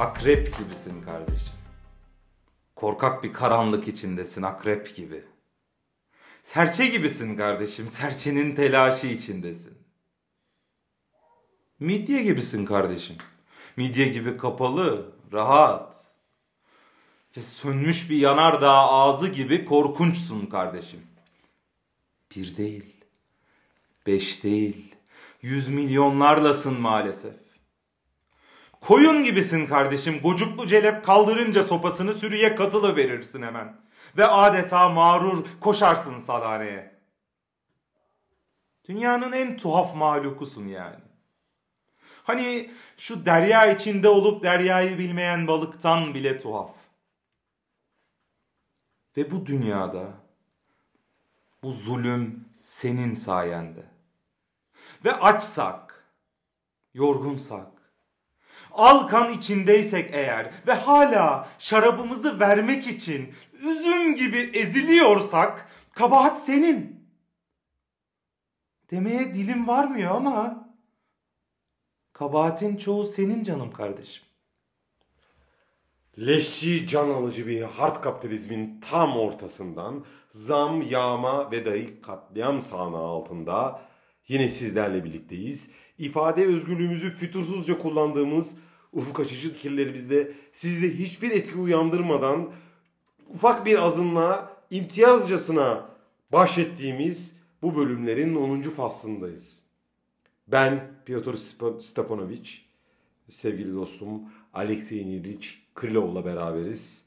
akrep gibisin kardeşim. Korkak bir karanlık içindesin, akrep gibi. Serçe gibisin kardeşim, serçenin telaşı içindesin. Midye gibisin kardeşim. Midye gibi kapalı, rahat. Ve sönmüş bir yanardağ ağzı gibi korkunçsun kardeşim. Bir değil, 5 değil, 100 milyonlarlasın maalesef. Koyun gibisin kardeşim, gocuklu celep kaldırınca sopasını sürüye katılıverirsin hemen. Ve adeta mağrur koşarsın sadaneye. Dünyanın en tuhaf mahlukusun yani. Hani şu derya içinde olup deryayı bilmeyen balıktan bile tuhaf. Ve bu dünyada bu zulüm senin sayende. Ve açsak, yorgunsak, alkan içindeysek eğer ve hala şarabımızı vermek için üzüm gibi eziliyorsak kabahat senin. Demeye dilim varmıyor ama kabahatin çoğu senin canım kardeşim. Leşçi, can alıcı bir hard kapitalizmin tam ortasından zam, yağma ve dahi katliam sahnağı altında yine sizlerle birlikteyiz. İfade özgürlüğümüzü fütursuzca kullandığımız ufuk açıcı fikirlerimizle sizde hiçbir etki uyandırmadan ufak bir azınlığa imtiyazcasına bahşettiğimiz bu bölümlerin 10. faslındayız. Ben Pyotr Stepanovich, sevgili dostum Alexey Niliç Krylov'la beraberiz.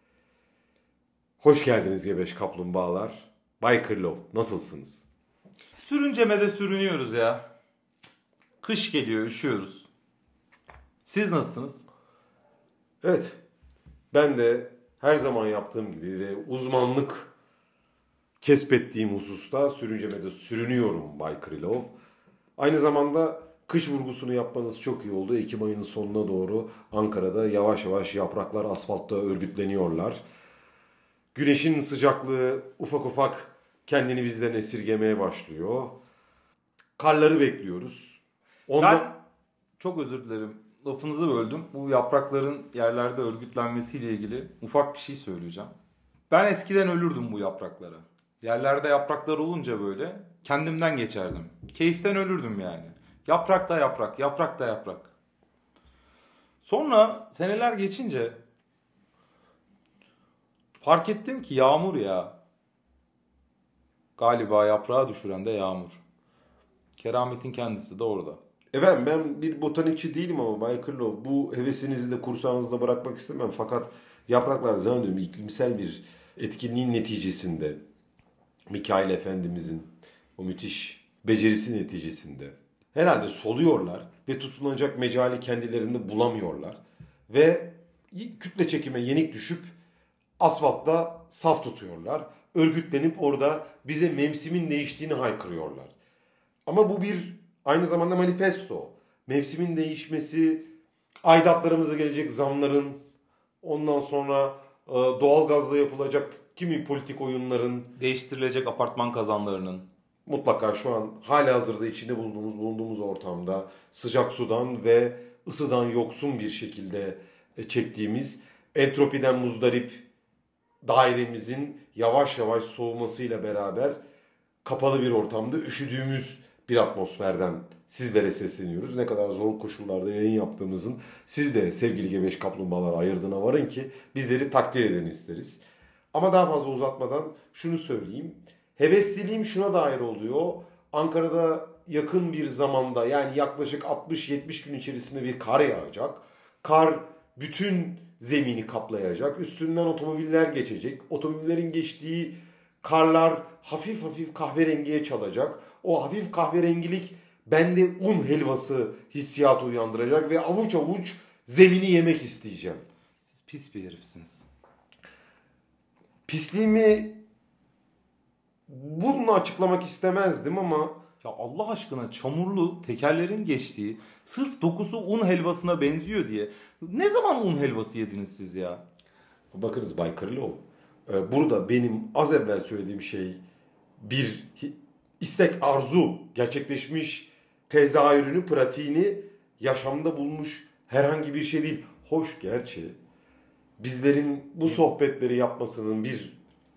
Hoş geldiniz Gebeş Kaplumbağalar. Bay Krylov, nasılsınız? Sürüncemede sürünüyoruz ya. Kış geliyor, üşüyoruz. Siz nasılsınız? Evet, ben de her zaman yaptığım gibi ve uzmanlık kesbettiğim hususta sürüncemede sürünüyorum Bay Krylov. Aynı zamanda kış vurgusunu yapmanız çok iyi oldu. Ekim ayının sonuna doğru Ankara'da yavaş yavaş yapraklar asfaltta örgütleniyorlar. Güneşin sıcaklığı ufak ufak kendini bizden esirgemeye başlıyor. Karları bekliyoruz. Ben çok özür dilerim. Lafınızı böldüm. Bu yaprakların yerlerde örgütlenmesiyle ilgili ufak bir şey söyleyeceğim. Ben eskiden ölürdüm bu yapraklara. Yerlerde yapraklar olunca böyle kendimden geçerdim. Keyiften ölürdüm yani. Yaprak da yaprak, yaprak da yaprak. Sonra seneler geçince fark ettim ki yağmur ya. Galiba yaprağı düşüren de yağmur. Kerametin kendisi de orada. Efendim ben bir botanikçi değilim ama Bay Krylov bu hevesinizi de kursağınızda bırakmak istemem. Fakat yapraklar zannediyorum iklimsel bir etkinliğin neticesinde Mikail Efendimizin o müthiş becerisi neticesinde herhalde soluyorlar ve tutunacak mecali kendilerinde bulamıyorlar. Ve kütle çekime yenik düşüp asfaltta saf tutuyorlar. Örgütlenip orada bize mevsimin değiştiğini haykırıyorlar. Ama bu bir aynı zamanda manifesto. Mevsimin değişmesi, aidatlarımıza gelecek zamların, ondan sonra doğalgazla yapılacak kimi politik oyunların, değiştirilecek apartman kazanlarının, mutlaka şu an halihazırda içinde bulunduğumuz ortamda sıcak sudan ve ısıdan yoksun bir şekilde çektiğimiz entropiden muzdarip dairemizin yavaş yavaş soğumasıyla beraber kapalı bir ortamda üşüdüğümüz bir atmosferden sizlere sesleniyoruz. Ne kadar zor koşullarda yayın yaptığımızın siz de sevgili Gebeş Kaplumbağalar ayırdığına varın ki bizleri takdir eden isteriz. Ama daha fazla uzatmadan şunu söyleyeyim. Hevesliliğim şuna dair oluyor. Ankara'da yakın bir zamanda yani yaklaşık 60-70 gün içerisinde bir kar yağacak. Kar bütün zemini kaplayacak. Üstünden otomobiller geçecek. Otomobillerin geçtiği karlar hafif hafif kahverengiye çalacak. O hafif kahverengilik bende un helvası hissiyatı uyandıracak ve avuç avuç zemini yemek isteyeceğim. Siz pis bir herifsiniz. Pisliğimi bununla açıklamak istemezdim ama Ya Allah aşkına çamurlu tekerlerin geçtiği sırf dokusu un helvasına benziyor diye ne zaman un helvası yediniz siz ya? bakınız Bay Krylov, burada benim az evvel söylediğim şey bir istek, arzu, gerçekleşmiş tezahürünü, pratiğini yaşamda bulmuş herhangi bir şey değil. Hoş gerçi bizlerin bu sohbetleri yapmasının bir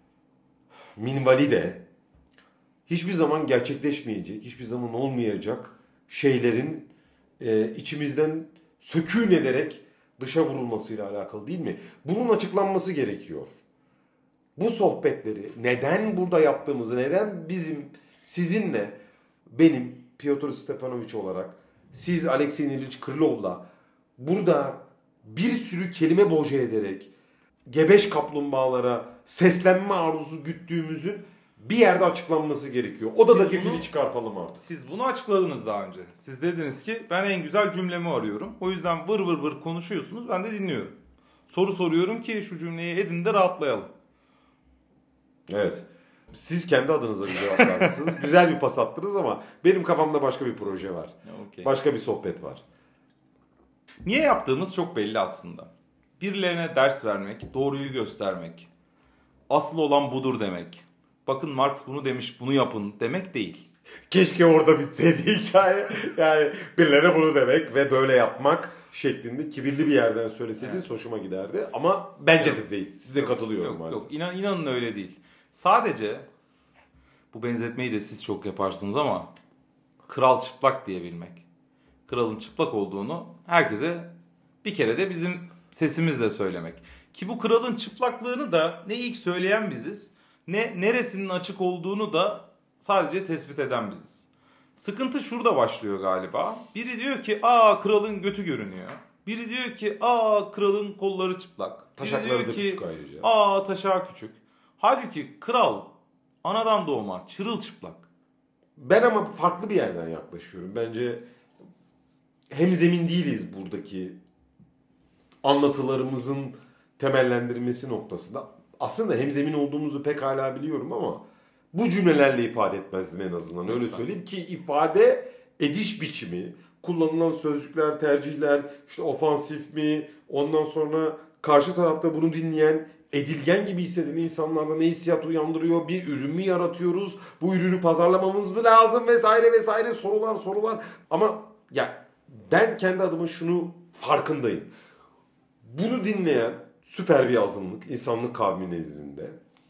minvali de hiçbir zaman gerçekleşmeyecek, hiçbir zaman olmayacak şeylerin içimizden sökûn ederek dışa vurulmasıyla alakalı değil mi? Bunun açıklanması gerekiyor. Bu sohbetleri neden burada yaptığımızı, neden bizim sizinle, benim Pyotr Stepanovich olarak, siz Alexey Niliç Krılov'la burada bir sürü kelime boca ederek gebeş kaplumbağalara seslenme arzusu güttüğümüzün bir yerde açıklanması gerekiyor. Odadaki fili çıkartalım artık. Siz bunu açıkladınız daha önce. Siz dediniz ki ben en güzel cümlemi arıyorum. O yüzden vır vır vır konuşuyorsunuz, ben de dinliyorum. Soru soruyorum ki şu cümleyi edin de rahatlayalım. Evet. Siz kendi adınıza bir cevap verdiniz. Güzel bir pas attınız ama benim kafamda başka bir proje var. Okay. Başka bir sohbet var. Niye yaptığımız çok belli aslında. Birilerine ders vermek, doğruyu göstermek, asıl olan budur demek. Bakın Marx bunu demiş, bunu yapın demek değil. Keşke orada bitseydi hikaye. Yani birilerine bunu demek ve böyle yapmak şeklinde kibirli bir yerden söyleseydiniz evet. Hoşuma giderdi. Ama bence de değil. Size katılıyorum maalesef. Yok, inanın öyle değil. Sadece bu benzetmeyi de siz çok yaparsınız ama kral çıplak diyebilmek. Kralın çıplak olduğunu herkese bir kere de bizim sesimizle söylemek. Ki bu kralın çıplaklığını da ne ilk söyleyen biziz, ne neresinin açık olduğunu da sadece tespit eden biziz. Sıkıntı şurada başlıyor galiba. Biri diyor ki kralın götü görünüyor. Biri diyor ki kralın kolları çıplak. Taşakları da küçük ayrıca. Taşağı küçük. Halbuki kral anadan doğma çırılçıplak. Ben ama farklı bir yerden yaklaşıyorum. Bence hemzemin değiliz buradaki anlatılarımızın temellendirilmesi noktasında. Aslında hemzemin olduğumuzu pekala biliyorum ama bu cümlelerle ifade etmezdim en azından. Öyle söyleyeyim ki ifade ediş biçimi, kullanılan sözcükler, tercihler, işte ofansif mi, ondan sonra karşı tarafta bunu dinleyen, edilgen gibi hisseden insanlarda ne hissiyat uyandırıyor, bir ürün mü yaratıyoruz, bu ürünü pazarlamamız mı lazım vesaire vesaire sorular. Ama ya ben kendi adıma şunu farkındayım. Bunu dinleyen süper bir azınlık, insanlık kavmi nezdinde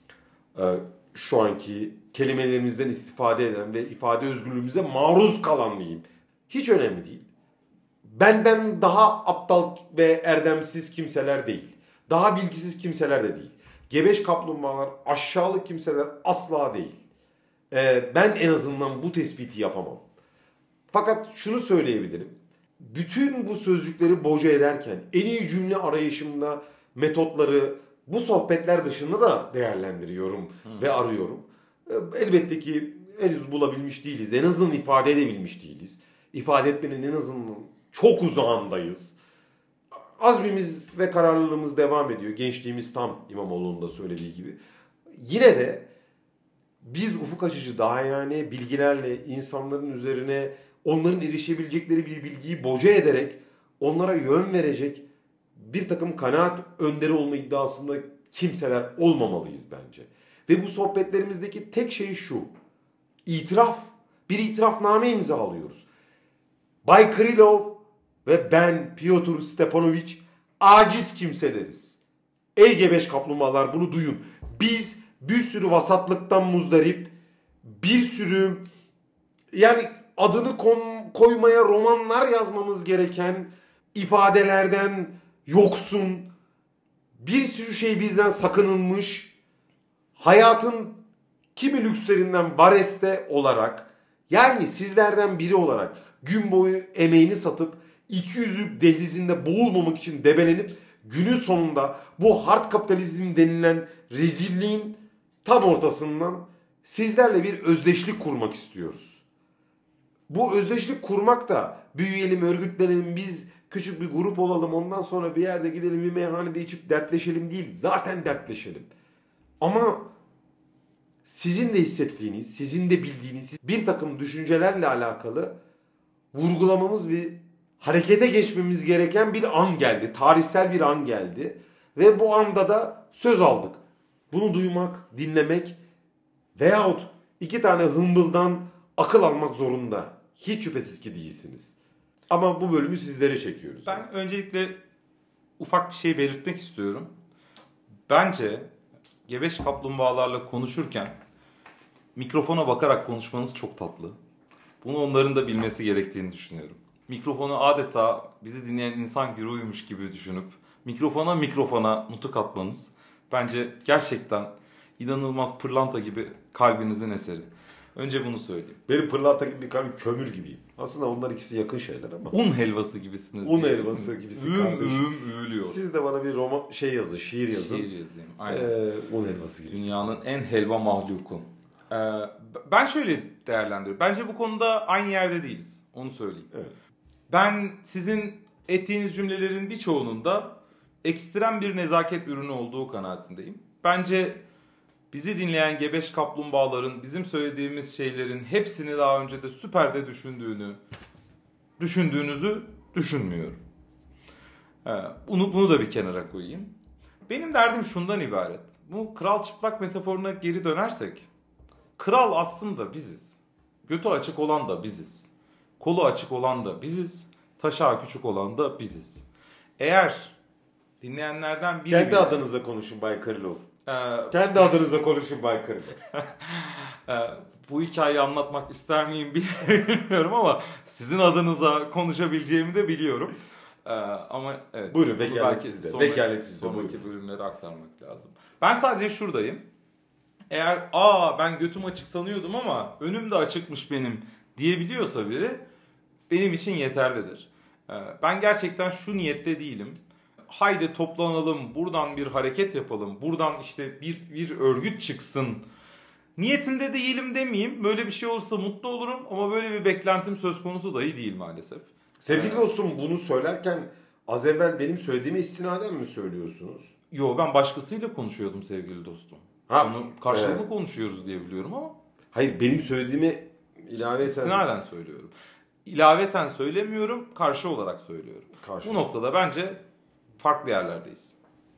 şu anki kelimelerimizden istifade eden ve ifade özgürlüğümüze maruz kalan diyeyim. Hiç önemli değil. Benden daha aptal ve erdemsiz kimseler değil. Daha bilgisiz kimseler de değil. Gebeş kaplumbağalar, aşağılık kimseler asla değil. Ben en azından bu tespiti yapamam. Fakat şunu söyleyebilirim. Bütün bu sözcükleri boca ederken en iyi cümle arayışımda metotları bu sohbetler dışında da değerlendiriyorum ve arıyorum. Elbette ki henüz bulabilmiş değiliz. En azından ifade edebilmiş değiliz. İfade etmenin en azından çok uzağındayız. Azmimiz ve kararlılığımız devam ediyor. Gençliğimiz tam, İmamoğlu'nun da söylediği gibi. Yine de biz ufuk açıcı dahiyane bilgilerle insanların üzerine onların erişebilecekleri bir bilgiyi boca ederek onlara yön verecek bir takım kanaat önderi olma iddiasında kimseler olmamalıyız bence. Ve bu sohbetlerimizdeki tek şey şu. İtiraf. Bir itirafname imzalıyoruz. Bay Krylov ve ben Pyotr Stepanovich aciz kimseleriz. Ey gebeş kaplumbağalar bunu duyun. Biz bir sürü vasatlıktan muzdarip, bir sürü yani adını koymaya romanlar yazmamız gereken ifadelerden yoksun, bir sürü şey bizden sakınılmış, hayatın kimi lükslerinden bareste olarak, yani sizlerden biri olarak gün boyu emeğini satıp 200'lük dehlizinde boğulmamak için debelenip günün sonunda bu hard kapitalizm denilen rezilliğin tam ortasından sizlerle bir özdeşlik kurmak istiyoruz. Bu özdeşlik kurmak da büyüyelim, örgütlenelim, biz küçük bir grup olalım, ondan sonra bir yerde gidelim bir meyhanede içip dertleşelim değil. Zaten dertleşelim. Ama sizin de hissettiğiniz, sizin de bildiğiniz bir takım düşüncelerle alakalı vurgulamamız ve harekete geçmemiz gereken bir an geldi. Tarihsel bir an geldi. Ve bu anda da söz aldık. Bunu duymak, dinlemek veyahut iki tane hımbıldan akıl almak zorunda. Hiç şüphesiz ki değilsiniz. Ama bu bölümü sizlere çekiyoruz. Ben öncelikle ufak bir şey belirtmek istiyorum. Bence gebeş kaplumbağalarla konuşurken mikrofona bakarak konuşmanız çok tatlı. Bunu onların da bilmesi gerektiğini düşünüyorum. Mikrofonu adeta bizi dinleyen insan güruğuymuş gibi düşünüp mikrofona nutuk atmanız bence gerçekten inanılmaz pırlanta gibi kalbinizin eseri. Önce bunu söyleyeyim. Benim pırlanta gibi bir kalbim, kömür gibiyim. Aslında onlar ikisi yakın şeyler ama. Un helvası gibisiniz. Un helvası gibisi kardeş. Üğülüyor. Siz de bana bir yazın, şiir yazın. Şiir yazayım. Aynen. Un helvası gibisi. Dünyanın en helva mahluku. Ben şöyle değerlendiriyorum. Bence bu konuda aynı yerde değiliz. Onu söyleyeyim. Evet. Ben sizin ettiğiniz cümlelerin birçoğunun da ekstrem bir nezaket ürünü olduğu kanaatindeyim. Bence bizi dinleyen gebeş kaplumbağaların bizim söylediğimiz şeylerin hepsini daha önce de süperde düşündüğünüzü düşünmüyorum. Bunu da bir kenara koyayım. Benim derdim şundan ibaret. Bu kral çıplak metaforuna geri dönersek, kral aslında biziz. Götü açık olan da biziz. Kolu açık olan da biziz. Taşağı küçük olan da biziz. Eğer dinleyenlerden biri... Kendi adınıza konuşun Bay Kırılov. Kendi adınıza konuşun Bay Kırılov. Bu hikayeyi anlatmak ister miyim bilmiyorum ama sizin adınıza konuşabileceğimi de biliyorum. Ama evet. Buyurun, vekalet sizde. Sonraki bölümleri aktarmak lazım. Ben sadece şuradayım. Eğer ben götüm açık sanıyordum ama önüm de açıkmış benim diyebiliyorsa biri benim için yeterlidir. Ben gerçekten şu niyette değilim. Haydi toplanalım, buradan bir hareket yapalım, buradan işte bir örgüt çıksın niyetinde değilim demeyeyim. Böyle bir şey olursa mutlu olurum ama böyle bir beklentim söz konusu dahi değil maalesef. Sevgili dostum, bunu söylerken az evvel benim söylediğime istinaden mi söylüyorsunuz? Yo, ben başkasıyla konuşuyordum sevgili dostum. Onu karşılıklı konuşuyoruz diye biliyorum ama. Hayır, benim söylediğimi istinaden söylüyorum. İlaveten söylemiyorum, karşı olarak söylüyorum. Bu noktada bence farklı yerlerdeyiz.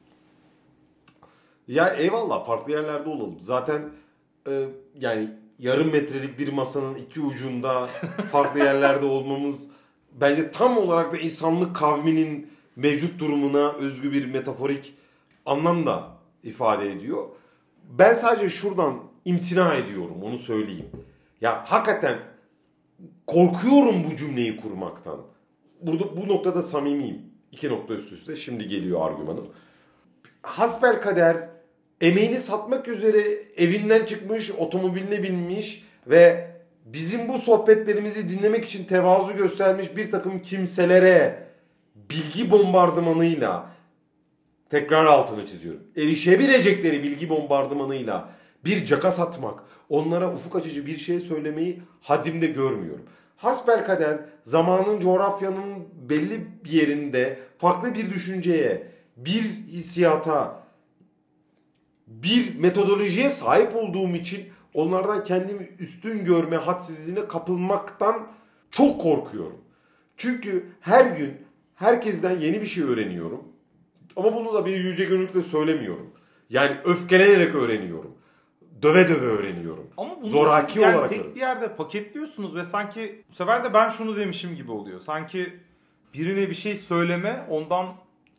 Ya eyvallah, farklı yerlerde olalım. Zaten yani yarım metrelik bir masanın iki ucunda farklı yerlerde olmamız bence tam olarak da insanlık kavminin mevcut durumuna özgü bir metaforik anlam da ifade ediyor. Ben sadece şuradan imtina ediyorum, onu söyleyeyim. Ya hakikaten korkuyorum bu cümleyi kurmaktan. Bu noktada samimiyim. 2 nokta üst üste. Şimdi geliyor argümanım. Hasbelkader emeğini satmak üzere evinden çıkmış, otomobiline binmiş ve bizim bu sohbetlerimizi dinlemek için tevazu göstermiş bir takım kimselere bilgi bombardımanıyla, tekrar altını çiziyorum, erişebilecekleri bilgi bombardımanıyla bir caka satmak, onlara ufuk açıcı bir şey söylemeyi haddimde görmüyorum. Hasbelkader zamanın, coğrafyanın belli bir yerinde farklı bir düşünceye, bir hissiyata, bir metodolojiye sahip olduğum için onlardan kendimi üstün görme hadsizliğine kapılmaktan çok korkuyorum. Çünkü her gün herkesten yeni bir şey öğreniyorum. Ama bunu da bir yüce gönüllükle söylemiyorum. Yani öfkelenerek öğreniyorum. Döve döve öğreniyorum. Ama bunu zoraki siz yani olarak tek bir yerde paketliyorsunuz ve sanki bu sefer de ben şunu demişim gibi oluyor. Sanki birine bir şey söyleme ondan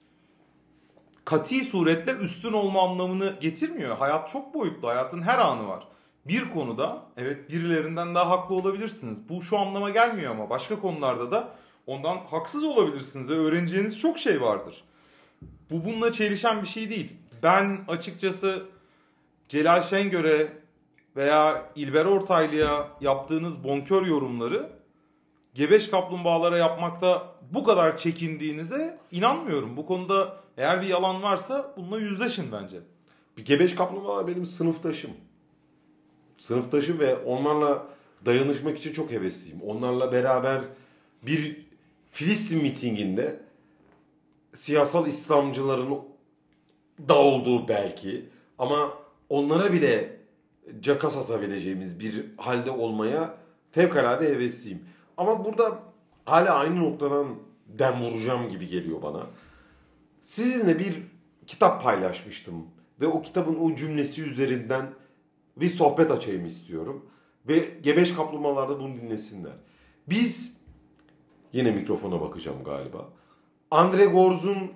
kati suretle üstün olma anlamını getirmiyor. Hayat çok boyutlu. Hayatın her anı var. Bir konuda evet birilerinden daha haklı olabilirsiniz. Bu şu anlama gelmiyor ama başka konularda da ondan haksız olabilirsiniz ve öğreneceğiniz çok şey vardır. Bu bununla çelişen bir şey değil. Ben açıkçası Celal Şengör'e veya İlber Ortaylı'ya yaptığınız bonkör yorumları gebeş kaplumbağalara yapmakta bu kadar çekindiğinize inanmıyorum. Bu konuda eğer bir yalan varsa bununla yüzleşin bence. Gebeş kaplumbağalar benim sınıftaşım. Sınıftaşım ve onlarla dayanışmak için çok hevesliyim. Onlarla beraber bir Filistin mitinginde siyasal İslamcıların da olduğu belki ama onlara bile caka satabileceğimiz bir halde olmaya fevkalade hevesliyim. Ama burada hala aynı noktadan dem vuracağım gibi geliyor bana. Sizinle bir kitap paylaşmıştım ve o kitabın o cümlesi üzerinden bir sohbet açayım istiyorum. Ve gebeş kaplumbağalar da bunu dinlesinler. Biz, yine mikrofona bakacağım galiba, Andre Gorz'un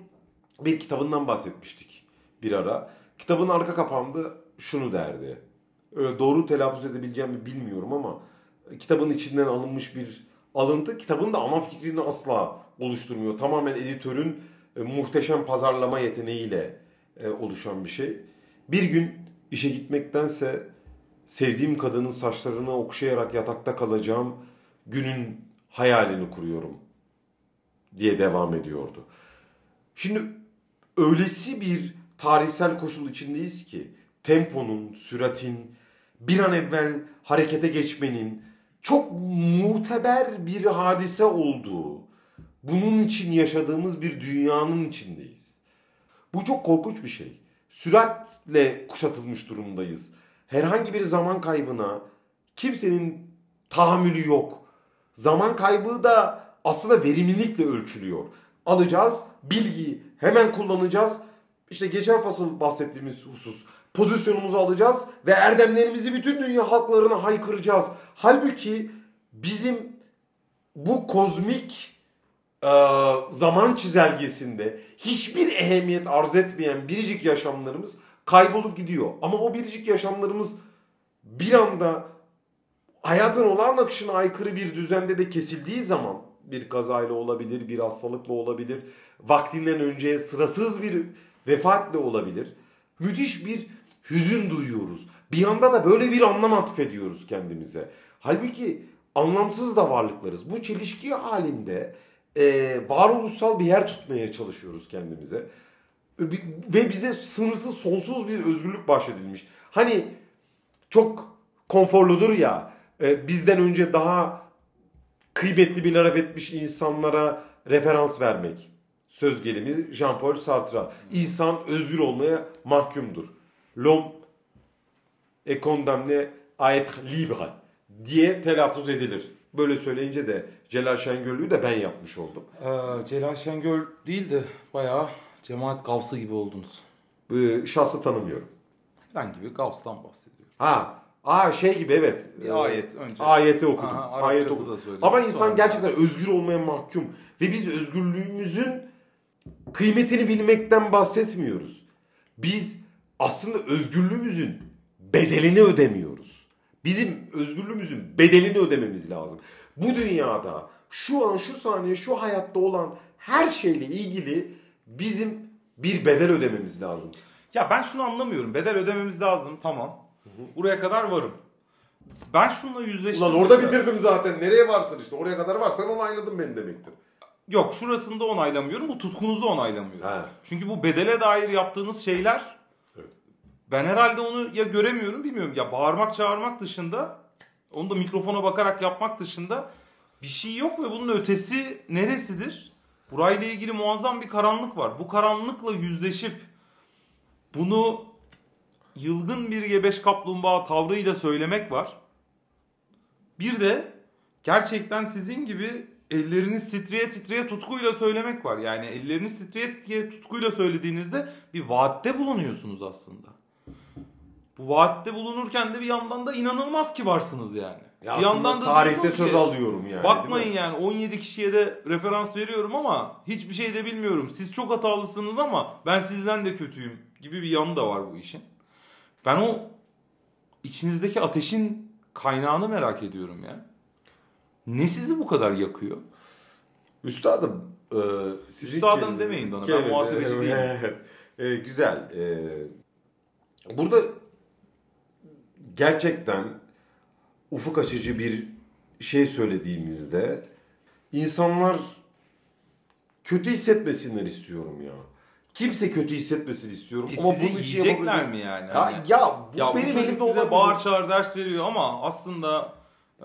bir kitabından bahsetmiştik bir ara. Kitabın arka kapağında şunu derdi. Doğru telaffuz edebileceğimi bilmiyorum ama kitabın içinden alınmış bir alıntı. Kitabın da ana fikrini asla oluşturmuyor. Tamamen editörün muhteşem pazarlama yeteneğiyle oluşan bir şey. Bir gün işe gitmektense sevdiğim kadının saçlarını okşayarak yatakta kalacağım günün hayalini kuruyorum diye devam ediyordu. Şimdi öylesi bir tarihsel koşul içindeyiz ki temponun, süratin, bir an evvel harekete geçmenin çok muteber bir hadise olduğu, bunun için yaşadığımız bir dünyanın içindeyiz. Bu çok korkunç bir şey. Süratle kuşatılmış durumdayız. Herhangi bir zaman kaybına kimsenin tahammülü yok. Zaman kaybı da aslında verimlilikle ölçülüyor. Alacağız, bilgiyi hemen kullanacağız. İşte geçen fasıl bahsettiğimiz husus. Pozisyonumuzu alacağız ve erdemlerimizi bütün dünya halklarına haykıracağız. Halbuki bizim bu kozmik zaman çizelgesinde hiçbir ehemmiyet arz etmeyen biricik yaşamlarımız kaybolup gidiyor. Ama o biricik yaşamlarımız bir anda hayatın olağan akışına aykırı bir düzende de kesildiği zaman, bir kazayla olabilir, bir hastalıkla olabilir, vaktinden önce sırasız bir vefatla olabilir. Müthiş bir hüzün duyuyoruz. Bir yanda da böyle bir anlam atfediyoruz kendimize. Halbuki anlamsız da varlıklarız. Bu çelişki halinde varoluşsal bir yer tutmaya çalışıyoruz kendimize. Ve bize sınırsız, sonsuz bir özgürlük bahşedilmiş. Hani çok konforludur ya, bizden önce daha kıymetli bir laf etmiş insanlara referans vermek. Söz gelimi Jean-Paul Sartre'a. İnsan özgür olmaya mahkumdur. L'homme est condamné à être libre diye telaffuz edilir. Böyle söyleyince de Celal Şengör'lüğü de ben yapmış oldum. Celal Şengör değil de bayağı cemaat gavsı gibi oldunuz. Şahsı tanımıyorum. Herhangi bir gavstan bahsediyorum. Şey gibi, evet. Bir ayet önce. Ayeti okudum. Aha, Ayeti okudum. Ama insan gerçekten özgür olmaya mahkum. Ve biz özgürlüğümüzün kıymetini bilmekten bahsetmiyoruz. Biz aslında özgürlüğümüzün bedelini ödemiyoruz. Bizim özgürlüğümüzün bedelini ödememiz lazım. Bu dünyada şu an, şu saniye, şu hayatta olan her şeyle ilgili bizim bir bedel ödememiz lazım. Ya ben şunu anlamıyorum. Bedel ödememiz lazım, tamam. Buraya kadar varım. Ben şununla yüzleştim. Ulan orada bitirdim zaten. Nereye varsın işte? Oraya kadar varsan onayladın beni demektir. Yok, şurasını da onaylamıyorum. Bu tutkunuzu onaylamıyorum. He. Çünkü bu bedele dair yaptığınız şeyler, evet, ben herhalde onu ya göremiyorum, bilmiyorum. Ya bağırmak çağırmak dışında, onu da mikrofona bakarak yapmak dışında bir şey yok ve bunun ötesi neresidir? Burayla ilgili muazzam bir karanlık var. Bu karanlıkla yüzleşip bunu yılgın bir gebeş kaplumbağa tavrıyla söylemek var. Bir de gerçekten sizin gibi elleriniz titreye titreye tutkuyla söylemek var. Yani elleriniz titreye titreye tutkuyla söylediğinizde bir vaatte bulunuyorsunuz aslında. Bu vaatte bulunurken de bir yandan da inanılmaz kibarsınız yani. Ya bir yandan da tarihte söz alıyorum yani. Bakmayın yani 17 kişiye de referans veriyorum ama hiçbir şey de bilmiyorum. Siz çok hatalısınız ama ben sizden de kötüyüm gibi bir yanı da var bu işin. Ben o içinizdeki ateşin kaynağını merak ediyorum ya. Ne sizi bu kadar yakıyor? Üstadım. Üstadım demeyin bana. Ben muhasebeci değilim. Güzel. Burada gerçekten ufuk açıcı bir şey söylediğimizde insanlar kötü hissetmesinler istiyorum ya. Kimse kötü hissetmesin istiyorum. Ama bunun için yiyecekler mi yani? Bu benim elimde olan bize bağır çağır ders veriyor ama aslında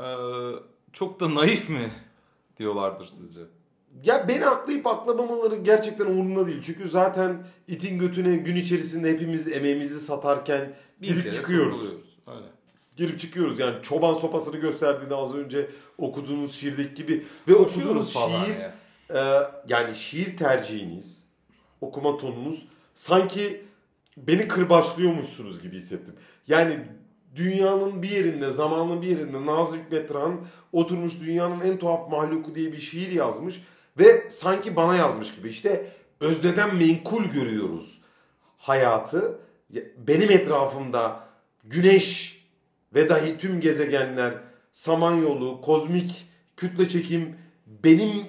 çok da naif mi diyorlardır sizce? Ya beni aklayıp aklamamaları gerçekten umurumda değil. Çünkü zaten itin götüne gün içerisinde hepimiz emeğimizi satarken girip çıkıyoruz. Öyle. Girip çıkıyoruz yani çoban sopasını gösterdiğinde az önce okuduğunuz şiirdeki gibi. Ve okuduğunuz şiir yani şiir tercihiniz, okuma tonunuz sanki beni kırbaçlıyormuşsunuz gibi hissettim. Yani dünyanın bir yerinde, zamanın bir yerinde Nazım Hikmet Tarhan oturmuş dünyanın en tuhaf mahluku diye bir şiir yazmış ve sanki bana yazmış gibi. İşte özneden menkul görüyoruz hayatı. Benim etrafımda güneş ve dahi tüm gezegenler, Samanyolu, kozmik kütle çekim benim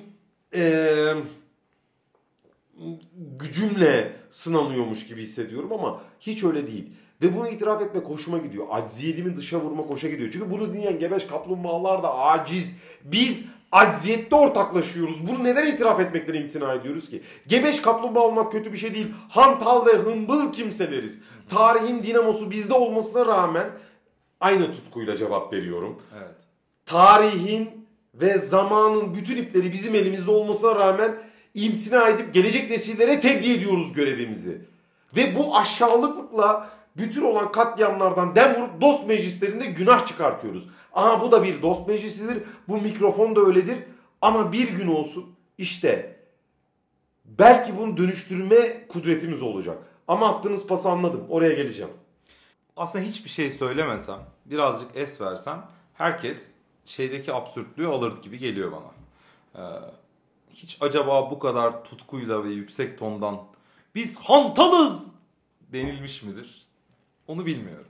gücümle sınanıyormuş gibi hissediyorum ama hiç öyle değil. Ve bunu itiraf etmek hoşuma gidiyor. Acziyetimi dışa vurmak hoşa gidiyor. Çünkü bunu dinleyen gebeş kaplumbağalar da aciz. Biz acziyette ortaklaşıyoruz. Bunu neden itiraf etmekten imtina ediyoruz ki? Gebeş kaplumbağa olmak kötü bir şey değil. Hantal ve hımbıl kimseleriz. Tarihin dinamosu bizde olmasına rağmen aynı tutkuyla cevap veriyorum. Evet. Tarihin ve zamanın bütün ipleri bizim elimizde olmasına rağmen imtina edip gelecek nesillere tevdi ediyoruz görevimizi. Ve bu aşağılıklıkla bütün olan katliamlardan dem vurup dost meclislerinde günah çıkartıyoruz. Aha bu da bir dost meclisidir. Bu mikrofon da öyledir. Ama bir gün olsun işte belki bunu dönüştürme kudretimiz olacak. Ama attığınız pası anladım. Oraya geleceğim. Aslında hiçbir şey söylemesem, birazcık es versem herkes şeydeki absürtlüğü alır gibi geliyor bana. Hiç acaba bu kadar tutkuyla ve yüksek tondan biz hantalız denilmiş midir? Onu bilmiyorum.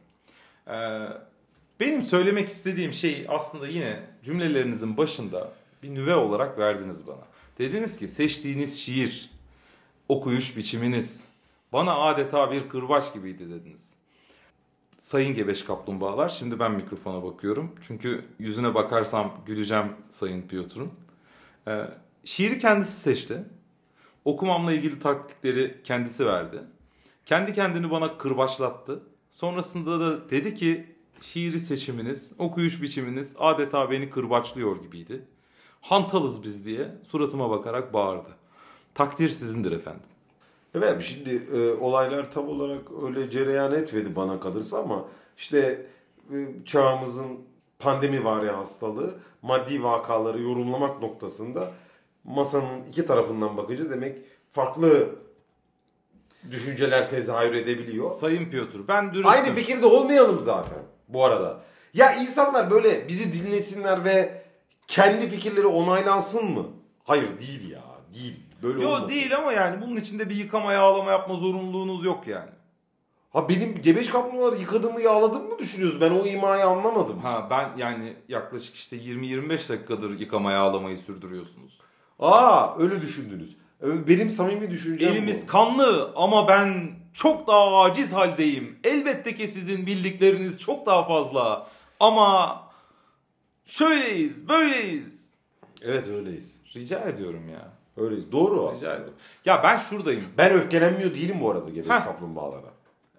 Benim söylemek istediğim şey aslında yine cümlelerinizin başında bir nüve olarak verdiniz bana. Dediniz ki seçtiğiniz şiir, okuyuş biçiminiz bana adeta bir kırbaç gibiydi dediniz. Sayın Gebeş Kaplumbağalar, şimdi ben mikrofona bakıyorum. Çünkü yüzüne bakarsam güleceğim Sayın Piotr'un. Şiiri kendisi seçti. Okumamla ilgili taktikleri kendisi verdi. Kendi kendini bana kırbaçlattı. Sonrasında da dedi ki şiiri seçiminiz, okuyuş biçiminiz adeta beni kırbaçlıyor gibiydi. Hantalız biz diye suratıma bakarak bağırdı. Takdir sizindir efendim. Evet, şimdi olaylar tam olarak öyle cereyan etmedi bana kalırsa ama işte çağımızın pandemi vari hastalığı maddi vakaları yorumlamak noktasında masanın iki tarafından bakınca demek farklı düşünceler tezahür edebiliyor. Sayın Piotr, ben dürüstüm. Aynı fikirde olmayalım zaten bu arada. Ya insanlar böyle bizi dinlesinler ve kendi fikirleri onaylansın mı? Hayır, değil ya. Değil. Böyle olmasın. Yok değil ama yani bunun içinde bir yıkama yağlama yapma zorunluluğunuz yok yani. Ha benim gebeş kaplumbağaları yıkadığımı yağladığımı mı düşünüyorsun? Ben o imayı anlamadım. Ha ben yani yaklaşık işte 20-25 dakikadır yıkama yağlamayı sürdürüyorsunuz. Öyle düşündünüz. Benim samimi düşüncem Elimiz bu. kanlı ama ben çok daha aciz haldeyim. Elbette ki sizin bildikleriniz çok daha fazla. Ama şöyleyiz, böyleyiz. Evet öyleyiz. Rica ediyorum ya. Öyleyiz. Doğru Rica aslında. ediyorum. Ya ben şuradayım. Ben öfkelenmiyor değilim bu arada gebeş kaplumbağalara.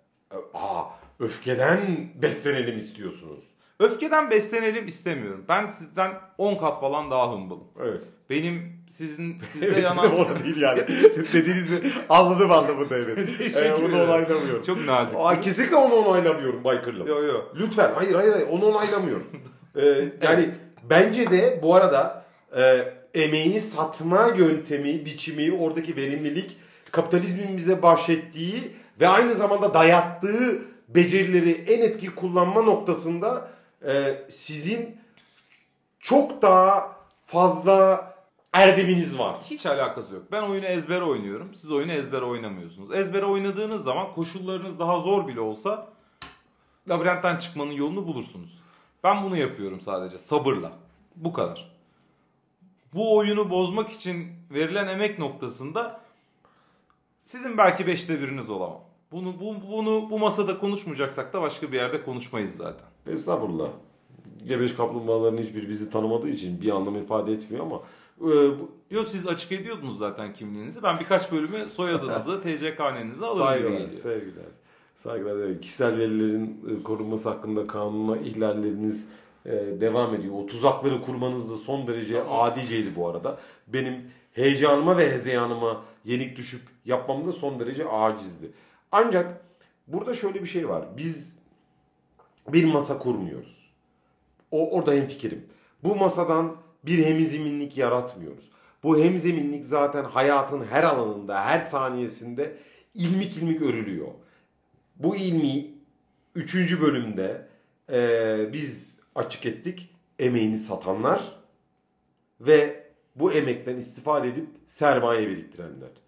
Öfkeden beslenelim istiyorsunuz. Öfkeden beslenelim istemiyorum. Ben sizden 10 kat falan daha hımbılım. Evet. Benim sizde Evet, yanan... onu değil yani. Sizin dediğinizi anladım anlamında evet. Bunu onaylamıyorum. Çok naziksiniz. Kesinlikle onu onaylamıyorum Baykır'la. Yok. Lütfen hayır onu onaylamıyorum. Yani bence de bu arada emeği satma yöntemi, biçimi, oradaki verimlilik kapitalizmin bize bahşettiği ve aynı zamanda dayattığı becerileri en etkili kullanma noktasında sizin çok daha fazla erdeminiz var. Hiç alakası yok. Ben oyunu ezbere oynuyorum. Siz oyunu ezbere oynamıyorsunuz. Ezbere oynadığınız zaman koşullarınız daha zor bile olsa labirentten çıkmanın yolunu bulursunuz. Ben bunu yapıyorum sadece sabırla. Bu kadar. Bu oyunu bozmak için verilen emek noktasında sizin belki 5'te biriniz olamam. Bu masada konuşmayacaksak da başka bir yerde konuşmayız zaten. Estağfurullah. Gebeş kaplumbağaların hiçbir bizi tanımadığı için bir anlam ifade etmiyor ama Yok siz açık ediyordunuz zaten kimliğinizi. Ben birkaç bölümü soyadınızı, TC karnenizi alır gibi geliyor. Saygılar. Evet. Kişisel verilerin korunması hakkında kanuna ihlalleriniz devam ediyor. O tuzakları kurmanız da son derece adiceydi bu arada. Benim heyecanıma ve hezeyanıma yenik düşüp yapmam da son derece acizdi. Ancak burada şöyle bir şey var. Biz bir masa kurmuyoruz. Orada hemfikirim. Bu masadan bir hemzeminlik yaratmıyoruz. Bu hemzeminlik zaten hayatın her alanında, her saniyesinde ilmik ilmik örülüyor. Bu ilmi 3. bölümde biz açık ettik. Emeğini satanlar ve bu emekten istifade edip sermaye biriktirenler.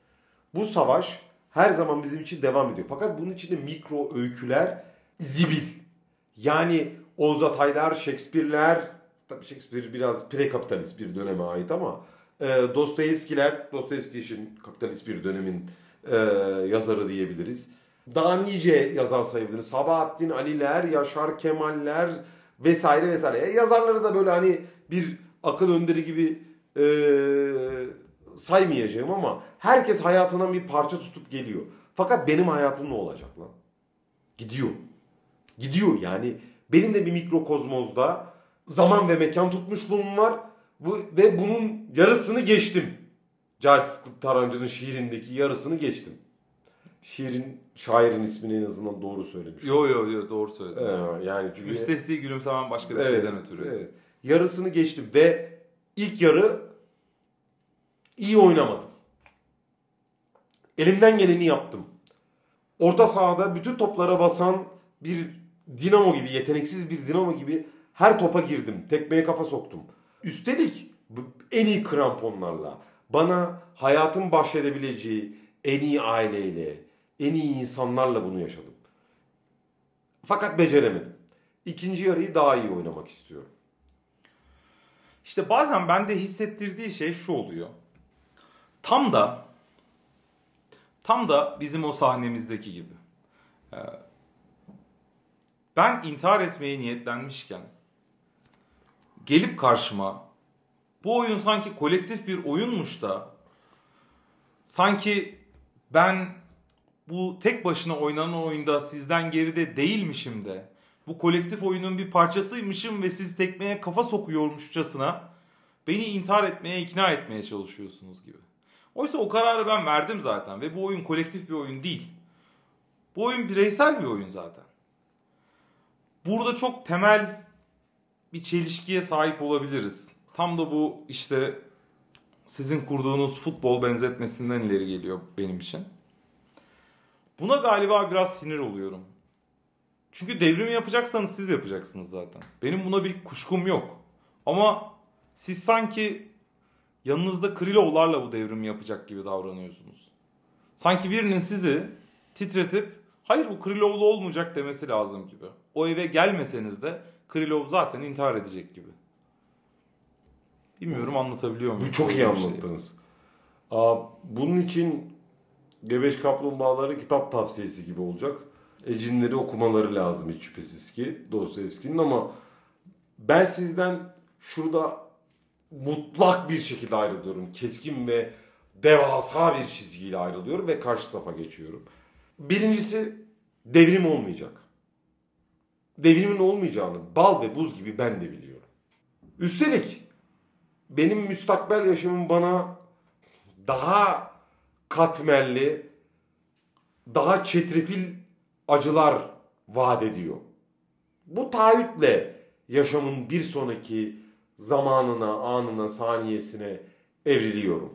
Bu savaş her zaman bizim için devam ediyor. Fakat bunun içinde mikro öyküler zibil. Yani Oğuz Ataylar, Shakespeare'ler, tabii Shakespeare biraz pre-kapitalist bir döneme ait ama Dostoyevski için kapitalist bir dönemin yazarı diyebiliriz. Daha nice yazar sayabiliriz. Sabahattin Ali'ler, Yaşar Kemal'ler vesaire vesaire. Yazarları da böyle hani bir akıl önderi gibi saymayacağım ama herkes hayatından bir parça tutup geliyor. Fakat benim hayatım ne olacak lan? Gidiyor. Gidiyor yani. Benim de bir mikrokozmozda zaman ve mekan tutmuşluğum var. Ve bunun yarısını geçtim. Cahit Sıtkı Tarancı'nın şiirindeki yarısını geçtim. Şairin ismini en azından doğru söylemiş. Yo doğru söylediniz. Yani çünkü müstesni gülümsemem başka bir şeyden ötürü. Evet. Yarısını geçtim ve ilk yarı iyi oynamadım. Elimden geleni yaptım. Orta sahada bütün toplara basan bir dinamo gibi, yeteneksiz bir dinamo gibi her topa girdim. Tekmeye kafa soktum. Üstelik en iyi kramponlarla, bana hayatın bahşedebileceği en iyi aileyle, en iyi insanlarla bunu yaşadım. Fakat beceremedim. İkinci yarıyı daha iyi oynamak istiyorum. İşte bazen bende hissettirdiği şey şu oluyor. Tam da bizim o sahnemizdeki gibi. Ben intihar etmeye niyetlenmişken gelip karşıma bu oyun sanki kolektif bir oyunmuş da sanki ben bu tek başına oynanan oyunda sizden geride değilmişim de bu kolektif oyunun bir parçasıymışım ve siz tekmeye kafa sokuyormuşçasına beni intihar etmeye ikna etmeye çalışıyorsunuz gibi. Oysa o kararı ben verdim zaten ve bu oyun kolektif bir oyun değil. Bu oyun bireysel bir oyun zaten. Burada çok temel bir çelişkiye sahip olabiliriz. Tam da bu işte sizin kurduğunuz futbol benzetmesinden ileri geliyor benim için. Buna galiba biraz sinir oluyorum. Çünkü devrimi yapacaksanız siz yapacaksınız zaten. Benim buna bir kuşkum yok. Ama siz sanki yanınızda Krilovlarla bu devrimi yapacak gibi davranıyorsunuz. Sanki birinin sizi titretip hayır bu Krilovlu olmayacak demesi lazım gibi. O eve gelmeseniz de Krylov zaten intihar edecek gibi. Bilmiyorum anlatabiliyor muyum? Bu çok iyi anlattınız. Bunun için Gebeş Kaplumbağaları kitap tavsiyesi gibi olacak. Cinleri okumaları lazım hiç şüphesiz ki Dostoyevski'nin ama ben sizden şurada mutlak bir şekilde ayrılıyorum. Keskin ve devasa bir çizgiyle ayrılıyorum ve karşı safa geçiyorum. Birincisi devrim olmayacak. Devrimin olmayacağını bal ve buz gibi ben de biliyorum. Üstelik benim müstakbel yaşamım bana daha katmerli, daha çetrefil acılar vaat ediyor. Bu taahhütle yaşamın bir sonraki zamanına, anına, saniyesine evriliyorum.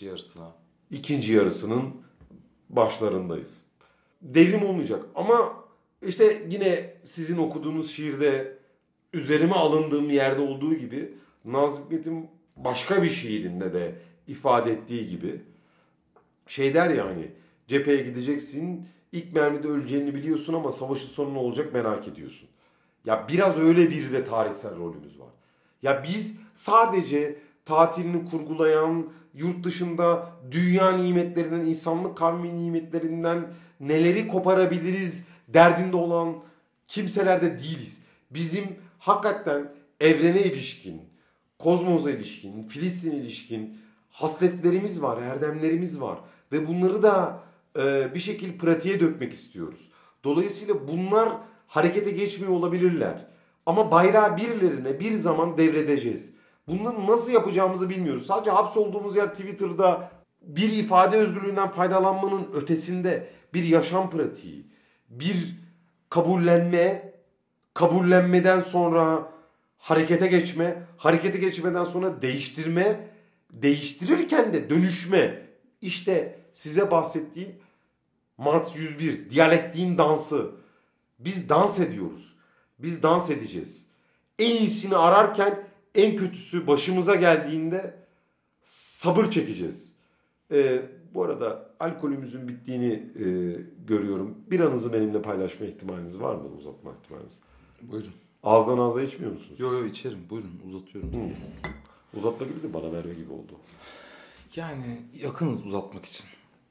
İkinci yarısının başlarındayız. Devrim olmayacak ama işte yine sizin okuduğunuz şiirde üzerime alındığım yerde olduğu gibi Nazım Hikmet'in başka bir şiirinde de ifade ettiği gibi şey der ya hani cepheye gideceksin ilk mermide öleceğini biliyorsun ama savaşın sonu ne olacak merak ediyorsun. Ya biraz öyle bir de tarihsel rolümüz var. Ya biz sadece tatilini kurgulayan, yurt dışında dünya nimetlerinden, insanlık kavmi nimetlerinden neleri koparabiliriz derdinde olan kimseler de değiliz. Bizim hakikaten evrene ilişkin, kozmosa ilişkin, Filistin'e ilişkin hasletlerimiz var, erdemlerimiz var. Ve bunları da bir şekilde pratiğe dökmek istiyoruz. Dolayısıyla bunlar harekete geçmiyor olabilirler. Ama bayrağı birilerine bir zaman devredeceğiz. Bunları nasıl yapacağımızı bilmiyoruz. Sadece hapsolduğumuz yer Twitter'da bir ifade özgürlüğünden faydalanmanın ötesinde bir yaşam pratiği, bir kabullenme, kabullenmeden sonra harekete geçme, harekete geçmeden sonra değiştirme, değiştirirken de dönüşme. İşte size bahsettiğim Marx 101, diyalektiğin dansı. Biz dans ediyoruz. Biz dans edeceğiz. En iyisini ararken en kötüsü başımıza geldiğinde sabır çekeceğiz. Bu arada alkolümüzün bittiğini görüyorum. Biranızı benimle paylaşma ihtimaliniz var mı? Uzatma ihtimaliniz. Buyurun. Ağızdan ağza içmiyor musunuz? Yo içerim. Buyurun uzatıyorum. Uzatma gibi de bana verme gibi oldu. Yani yakınız uzatmak için.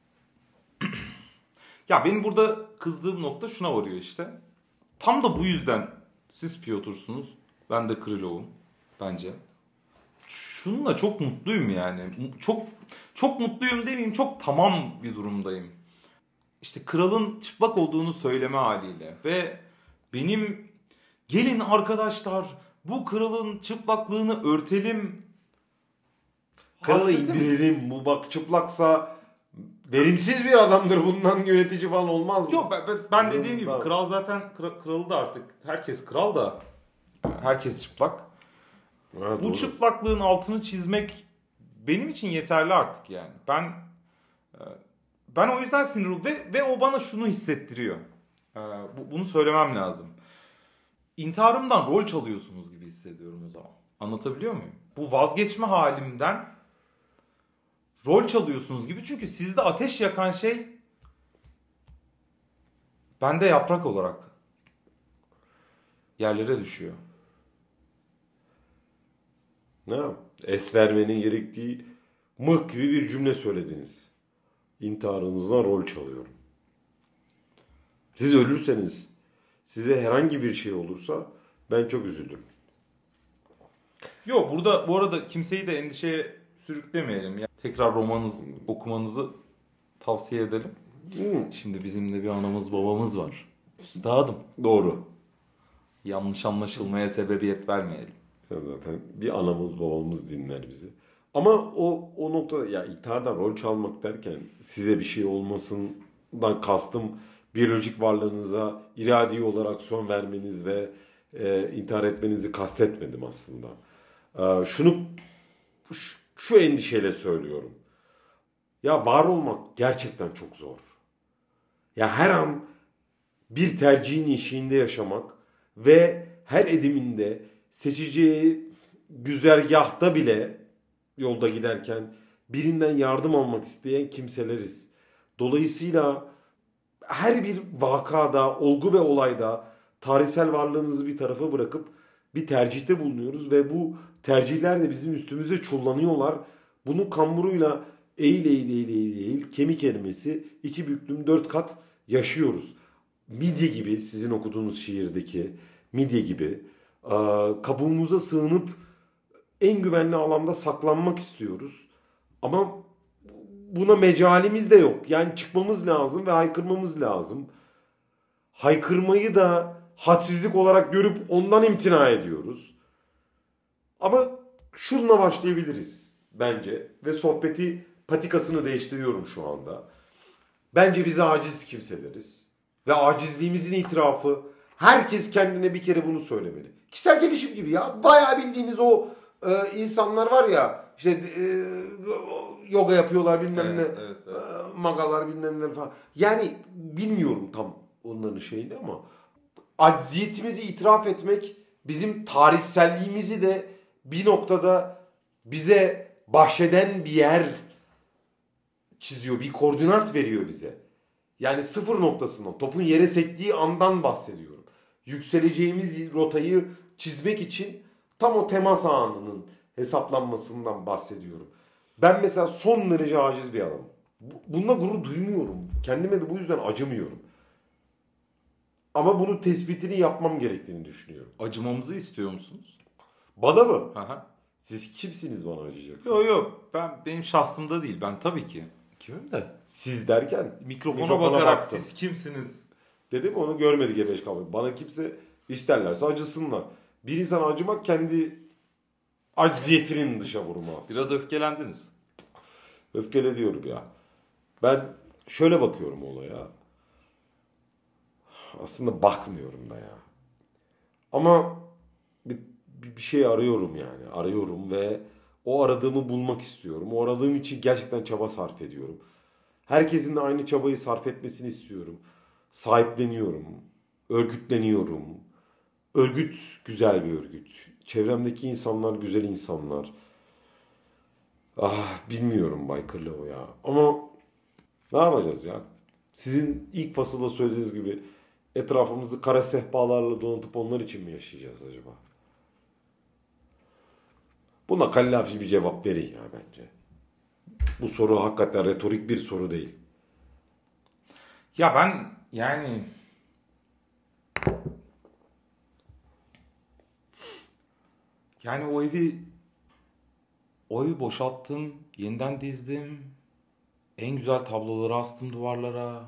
Ya benim burada kızdığım nokta şuna varıyor işte. Tam da bu yüzden siz Piotr'sunuz. Ben de Krylov'um bence. Şununla çok mutluyum yani. Çok mutluyum demeyeyim, çok tamam bir durumdayım. İşte kralın çıplak olduğunu söyleme haliyle ve benim gelin arkadaşlar bu kralın çıplaklığını örtelim. Kralı indirelim. Bu bak çıplaksa verimsiz bir adamdır. Bundan yönetici falan olmaz. Yok ben dediğim gibi kral zaten kralı da artık herkes kral da herkes çıplak. Ha, Bu doğru. çıplaklığın altını çizmek benim için yeterli artık yani. Ben o yüzden sinirliyim ve o bana şunu hissettiriyor. Bunu söylemem lazım. İntiharımdan rol çalıyorsunuz gibi hissediyorum o zaman. Anlatabiliyor muyum? Bu vazgeçme halimden rol çalıyorsunuz gibi. Çünkü sizde ateş yakan şey bende yaprak olarak yerlere düşüyor. Ne? Es vermenin gerektiği mıh gibi bir cümle söylediniz. İntiharınızdan rol çalıyorum. Siz ölürseniz, size herhangi bir şey olursa ben çok üzülürüm. Yok burada bu arada kimseyi de endişeye sürüklemeyelim. Yani tekrar romanınızı okumanızı tavsiye edelim. Şimdi bizim de bir anamız babamız var. Üstadım. Doğru. Yanlış anlaşılmaya sebebiyet vermeyelim. Zaten bir anamız babamız dinler bizi. Ama o noktada ya intihardan rol çalmak derken size bir şey olmasından kastım biyolojik varlığınıza iradi olarak son vermeniz ve intihar etmenizi kastetmedim aslında. Şu endişeyle söylüyorum. Ya var olmak gerçekten çok zor. Ya her an bir tercihin eşiğinde yaşamak ve her ediminde seçeceği güzergahta bile yolda giderken birinden yardım almak isteyen kimseleriz. Dolayısıyla her bir vakada, olgu ve olayda tarihsel varlığımızı bir tarafa bırakıp bir tercihte bulunuyoruz ve bu tercihler de bizim üstümüze çullanıyorlar. Bunu kamburuyla eğil kemik erimesi 2 büklüm 4 kat yaşıyoruz. Midye gibi sizin okuduğunuz şiirdeki midye gibi kabuğumuza sığınıp en güvenli alanda saklanmak istiyoruz. Ama buna mecalimiz de yok. Yani çıkmamız lazım ve haykırmamız lazım. Haykırmayı da hadsizlik olarak görüp ondan imtina ediyoruz. Ama şununla başlayabiliriz bence. Ve sohbeti patikasını değiştiriyorum şu anda. Bence bize aciz kimseleriz. Ve acizliğimizin itirafı herkes kendine bir kere bunu söylemeli. Kişisel gelişim gibi ya. Bayağı bildiğiniz o insanlar var ya işte yoga yapıyorlar bilmem ne. Evet. Magalar bilmem ne falan. Yani bilmiyorum tam onların şeyini ama acziyetimizi itiraf etmek bizim tarihselliğimizi de bir noktada bize bahşeden bir yer çiziyor. Bir koordinat veriyor bize. Yani sıfır noktasından, topun yere sektiği andan bahsediyorum. Yükseleceğimiz rotayı çizmek için tam o temas anının hesaplanmasından bahsediyorum. Ben mesela son derece aciz bir adamım. Bununla gurur duymuyorum. Kendime de bu yüzden acımıyorum. Ama bunun tespitini yapmam gerektiğini düşünüyorum. Acımamızı istiyor musunuz? Bana mı? Aha. Siz kimsiniz bana acıyacaksınız? Yok. Benim şahsımda değil. Ben tabii ki. Kimim de? Siz derken Mikrofona bakarak baktım. siz kimsiniz? Dedim onu görmedi gebeş kalmayı. Bana kimse isterlerse acısınlar. Bir insana acımak kendi acziyetinin dışa vurması. Biraz öfkelendiniz. Öfkele diyorum ya. Ben şöyle bakıyorum olaya. Aslında bakmıyorum da ya. Ama bir şey arıyorum yani. Arıyorum ve o aradığımı bulmak istiyorum. O aradığım için gerçekten çaba sarf ediyorum. Herkesin de aynı çabayı sarf etmesini istiyorum. Sahipleniyorum. Örgütleniyorum. Örgüt güzel bir örgüt. Çevremdeki insanlar güzel insanlar. Bilmiyorum Bay Kırlao ya. Ama Ne yapacağız ya? Sizin ilk fasılda söylediğiniz gibi etrafımızı kara sehpalarla donatıp onlar için mi yaşayacağız acaba? Buna kallafi bir cevap verin ya bence. Bu soru hakikaten retorik bir soru değil. Ya ben yani o evi boşalttım, yeniden dizdim. En güzel tabloları astım duvarlara.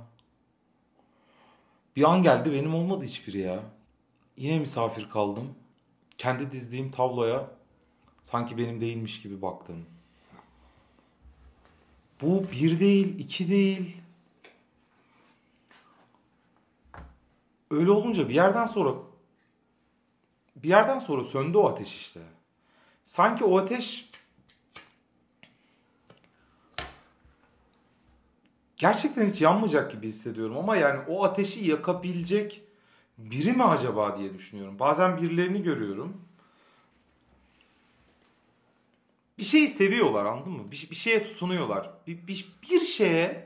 Bir an geldi benim olmadı hiçbiri ya. Yine misafir kaldım. Kendi dizdiğim tabloya sanki benim değilmiş gibi baktım. Bu bir değil, iki değil. Öyle olunca bir yerden sonra söndü o ateş işte. Sanki o ateş gerçekten hiç yanmayacak gibi hissediyorum ama yani o ateşi yakabilecek biri mi acaba diye düşünüyorum. Bazen birilerini görüyorum. Bir şeyi seviyorlar, anladın mı? Bir şeye tutunuyorlar. Bir şeye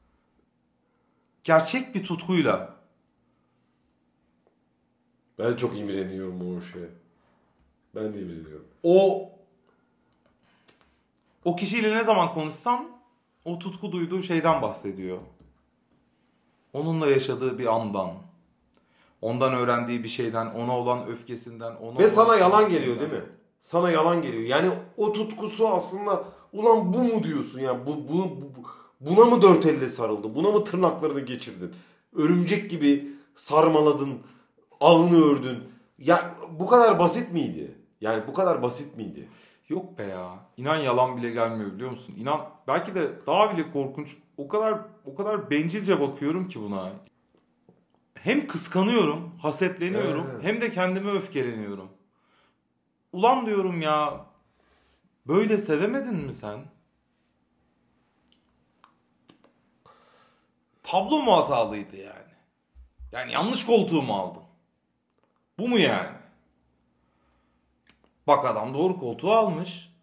gerçek bir tutkuyla. Ben çok imreniyorum o şeye. Ben de imreniyorum. O kişiyle ne zaman konuşsam o tutku duyduğu şeyden bahsediyor. Onunla yaşadığı bir andan. Ondan öğrendiği bir şeyden, ona olan öfkesinden, Ve sana yalan geliyor değil mi? Sana yalan geliyor. Yani o tutkusu aslında ulan bu mu diyorsun yani buna mı dört elle sarıldın? Buna mı tırnaklarını geçirdin? Örümcek gibi sarmaladın, ağını ördün. Ya bu kadar basit miydi? Yani bu kadar basit miydi? Yok be ya. İnan yalan bile gelmiyor biliyor musun? İnan belki de daha bile korkunç. O kadar bencilce bakıyorum ki buna. Hem kıskanıyorum, hasetleniyorum, hem de kendime öfkeleniyorum. Ulan diyorum ya, böyle sevemedin mi sen? Tablo mu hatalıydı yani? Yani yanlış koltuğu mu aldın? Bu mu yani? Bak adam doğru koltuğu almış.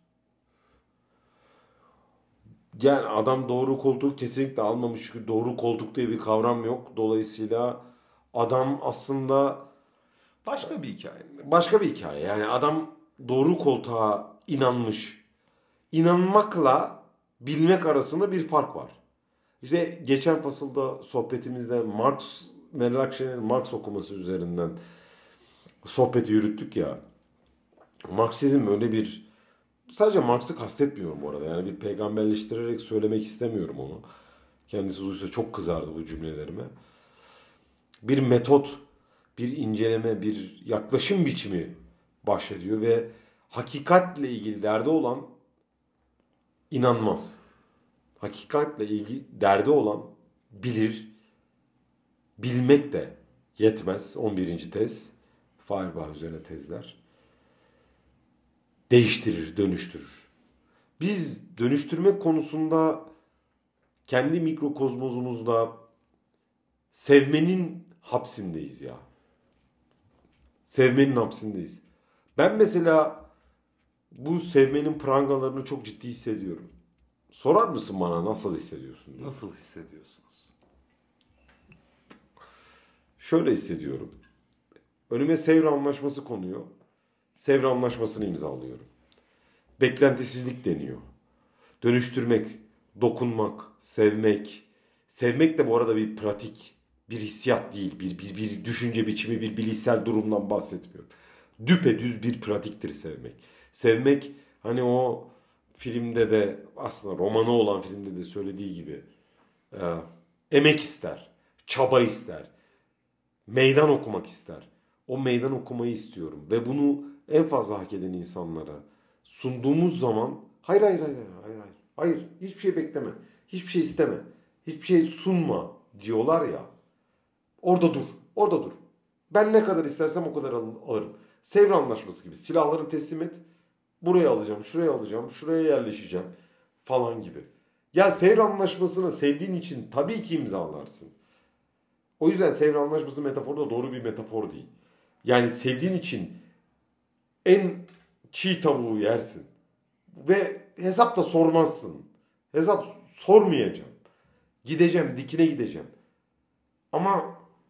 Yani adam doğru koltuğu kesinlikle almamış çünkü doğru koltuk diye bir kavram yok. Dolayısıyla adam aslında Başka bir hikaye. başka bir hikaye. Yani adam doğru koltuğa inanmış. İnanmakla bilmek arasında bir fark var. İşte geçen fasılda sohbetimizde Meral Akşener'in Marx okuması üzerinden sohbeti yürüttük ya. Marksizm öyle bir... Sadece Marx'ı kastetmiyorum bu arada. Yani bir peygamberleştirerek söylemek istemiyorum onu. Kendisi duysa çok kızardı bu cümlelerime. Bir metot, bir inceleme, bir yaklaşım biçimi bahsediyor ve hakikatle ilgili derdi olan inanmaz. Hakikatle ilgili derdi olan bilir. Bilmek de yetmez. 11. tez. Feuerbach üzerine tezler. Değiştirir, dönüştürür. Biz dönüştürmek konusunda kendi mikrokozmozumuzda sevmenin hapsindeyiz ya. Sevmenin hapsindeyiz. Ben mesela bu sevmenin prangalarını çok ciddi hissediyorum. Sorar mısın bana nasıl hissediyorsun diye. Nasıl hissediyorsunuz? Şöyle hissediyorum. Önüme Sevr Anlaşması konuyor. Sevr Anlaşması'nı imzalıyorum. Beklentisizlik deniyor. Dönüştürmek, dokunmak, sevmek. Sevmek de bu arada bir pratik, bir hissiyat değil. Bir düşünce biçimi, bir bilişsel durumdan bahsetmiyorum. Düpedüz bir pratiktir sevmek. Sevmek hani o filmde de aslında romanı olan filmde de söylediği gibi emek ister, çaba ister, meydan okumak ister. O meydan okumayı istiyorum ve bunu en fazla hak eden insanlara sunduğumuz zaman hayır hiçbir şey bekleme, hiçbir şey isteme, hiçbir şey sunma diyorlar ya. Orada dur. Ben ne kadar istersem o kadar alırım. Sevr Anlaşması gibi silahları teslim et. Buraya alacağım, şuraya alacağım, şuraya yerleşeceğim falan gibi. Ya Sevr Anlaşması'nı sevdiğin için tabii ki imzalarsın. O yüzden Sevr Anlaşması metaforu da doğru bir metafor değil. Yani sevdiğin için en çiğ tavuğu yersin. Ve hesap da sormazsın. Hesap sormayacağım. Gideceğim, dikine gideceğim. Ama